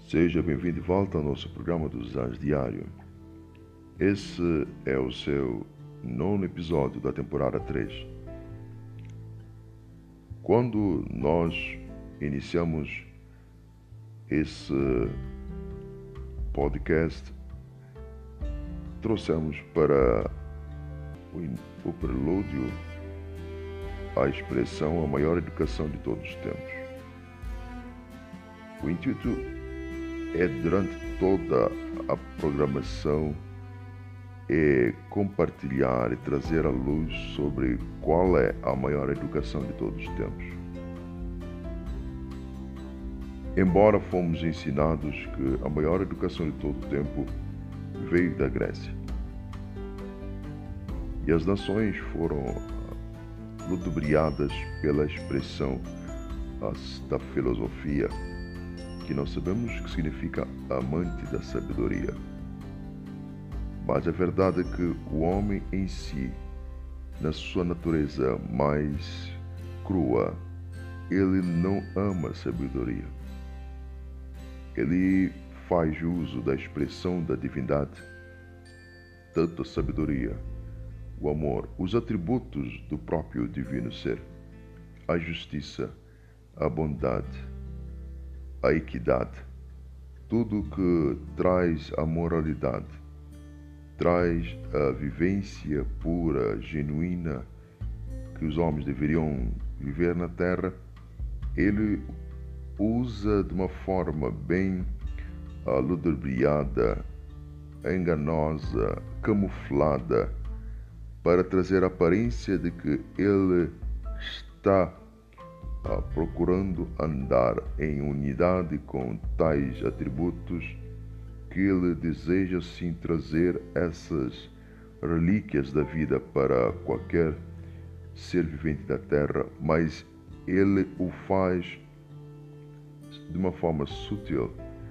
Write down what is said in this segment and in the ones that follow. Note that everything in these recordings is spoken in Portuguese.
Seja bem-vindo de volta ao nosso programa dos Anjos Diário. Esse é o seu 9º episódio da temporada 3. Quando nós iniciamos esse podcast, trouxemos para o prelúdio a expressão a maior educação de todos os tempos. O intuito é, durante toda a programação, compartilhar e trazer à luz sobre qual é a maior educação de todos os tempos. Embora fomos ensinados que a maior educação de todo o tempo veio da Grécia, e as nações foram ludibriadas pela expressão da filosofia, que nós sabemos que significa amante da sabedoria. Mas a verdade é que o homem em si, na sua natureza mais crua, ele não ama a sabedoria. Ele faz uso da expressão da divindade, tanto a sabedoria, o amor, os atributos do próprio divino ser, a justiça, a bondade, a equidade, tudo que traz a moralidade, traz a vivência pura, genuína, que os homens deveriam viver na Terra, ele usa de uma forma bem ludibriada, enganosa, camuflada, para trazer a aparência de que ele está procurando andar em unidade com tais atributos, que ele deseja sim trazer essas relíquias da vida para qualquer ser vivente da Terra, mas ele o faz de uma forma sutil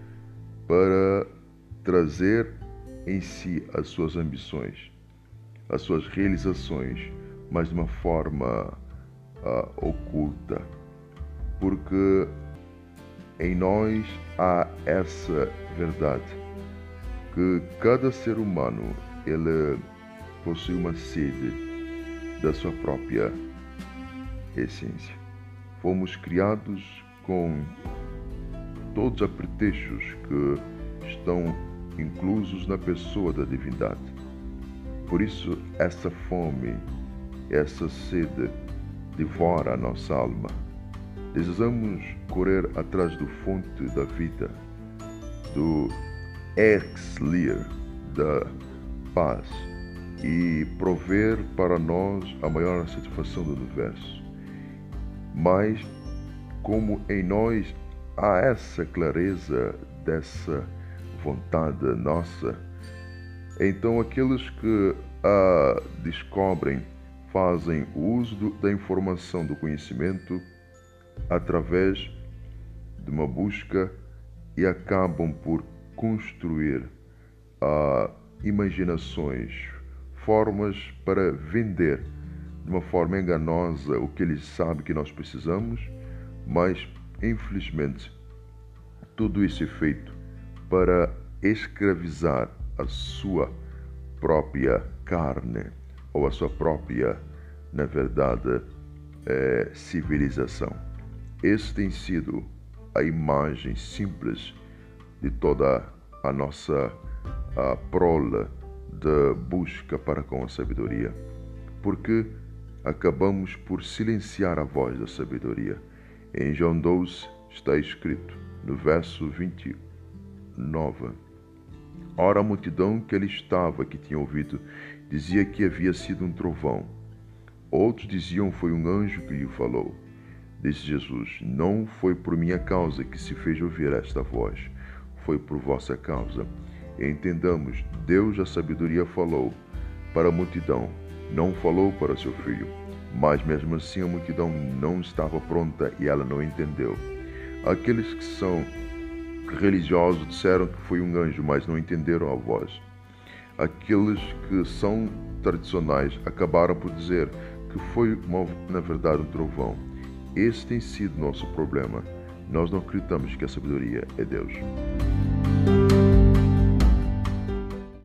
para trazer em si as suas ambições, as suas realizações, mas de uma forma oculta, porque em nós há essa verdade, que cada ser humano ele possui uma sede da sua própria essência. Fomos criados com todos os apetrechos que estão inclusos na pessoa da divindade. Por isso, essa fome, essa sede devora a nossa alma. Desejamos correr atrás do fonte da vida, do elixir da paz, e prover para nós a maior satisfação do universo. Mas, como em nós há essa clareza dessa vontade nossa, então aqueles que a descobrem fazem uso da informação, do conhecimento, através de uma busca, e acabam por construir imaginações, formas para vender de uma forma enganosa o que eles sabem que nós precisamos, mas infelizmente tudo isso é feito para escravizar a sua própria carne, ou a sua própria, na verdade, civilização. Essa tem sido a imagem simples de toda a nossa prole de busca para com a sabedoria, porque acabamos por silenciar a voz da sabedoria. Em João 12 está escrito, no verso 29, ora a multidão que ali estava, que tinha ouvido, dizia que havia sido um trovão. Outros diziam foi um anjo que lhe falou. Disse Jesus, não foi por minha causa que se fez ouvir esta voz, foi por vossa causa. E entendamos, Deus a sabedoria falou para a multidão, não falou para seu filho, mas mesmo assim a multidão não estava pronta e ela não entendeu. Aqueles que são religiosos disseram que foi um anjo, mas não entenderam a voz. Aqueles que são tradicionais acabaram por dizer que foi, na verdade, um trovão. Esse tem sido nosso problema. Nós não acreditamos que a sabedoria é Deus.